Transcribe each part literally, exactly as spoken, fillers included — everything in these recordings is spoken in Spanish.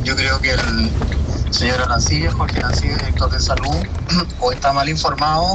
yo creo que el señor Arancibia, Jorge Arancibia, director de salud, o está mal informado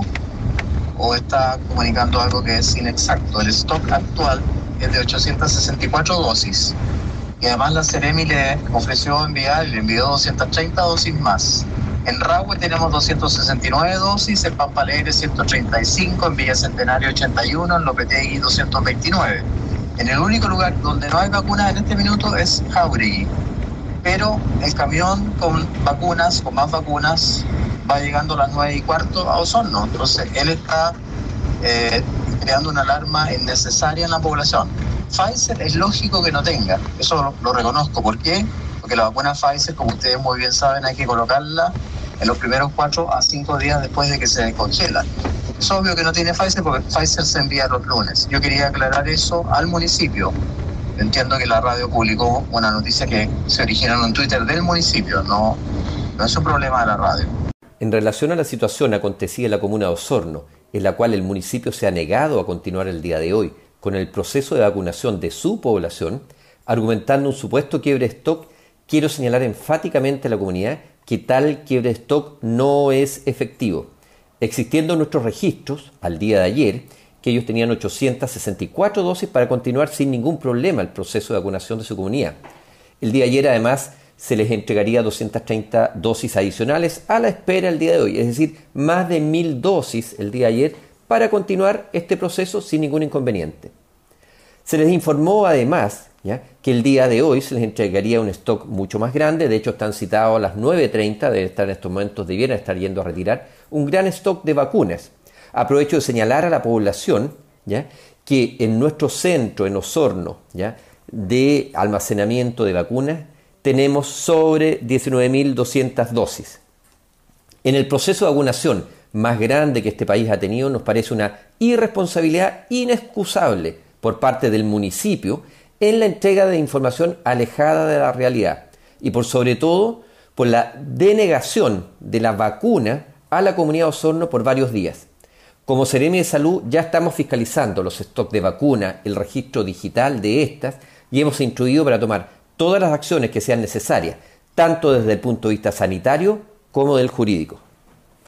o está comunicando algo que es inexacto. El stock actual es de ochocientas sesenta y cuatro dosis. Y además la Seremi le ofreció enviar, le envió doscientas treinta dosis más. En Rahue tenemos doscientas sesenta y nueve dosis, en Pampa Alegre ciento treinta y cinco, en Villa Centenario ochenta y uno, en Lopetegui doscientos veintinueve. En el único lugar donde no hay vacunas en este minuto es Jauregui. Pero el camión con vacunas, con más vacunas, va llegando a las nueve y cuarto a Osorno. Entonces él está eh, creando una alarma innecesaria en la población. Pfizer es lógico que no tenga, eso lo, lo reconozco. ¿Por qué? Porque la vacuna Pfizer, como ustedes muy bien saben, hay que colocarla en los primeros cuatro a cinco días después de que se descongela. Es obvio que no tiene Pfizer porque Pfizer se envía los lunes. Yo quería aclarar eso al municipio. Entiendo que la radio publicó una noticia que se originó en un Twitter del municipio, no, no es un problema de la radio. En relación a la situación acontecida en la comuna de Osorno, en la cual el municipio se ha negado a continuar el día de hoy con el proceso de vacunación de su población, argumentando un supuesto quiebre de stock, quiero señalar enfáticamente a la comunidad que tal quiebre de stock no es efectivo, existiendo nuestros registros al día de ayer que ellos tenían ochocientas sesenta y cuatro dosis para continuar sin ningún problema el proceso de vacunación de su comunidad. El día de ayer además se les entregaría doscientas treinta dosis adicionales a la espera el día de hoy, es decir, más de mil dosis el día de ayer para continuar este proceso sin ningún inconveniente. Se les informó además ¿ya? que el día de hoy se les entregaría un stock mucho más grande, de hecho están citados a las nueve treinta, deben estar en estos momentos, debieran estar yendo a retirar un gran stock de vacunas. Aprovecho de señalar a la población ¿ya? que en nuestro centro, en Osorno, ¿ya? de almacenamiento de vacunas, tenemos sobre diecinueve mil doscientas dosis. En el proceso de vacunación más grande que este país ha tenido, nos parece una irresponsabilidad inexcusable por parte del municipio en la entrega de información alejada de la realidad y por sobre todo por la denegación de la vacuna a la comunidad de Osorno por varios días. Como Seremi de Salud ya estamos fiscalizando los stocks de vacuna, el registro digital de estas y hemos instruido para tomar todas las acciones que sean necesarias, tanto desde el punto de vista sanitario como del jurídico.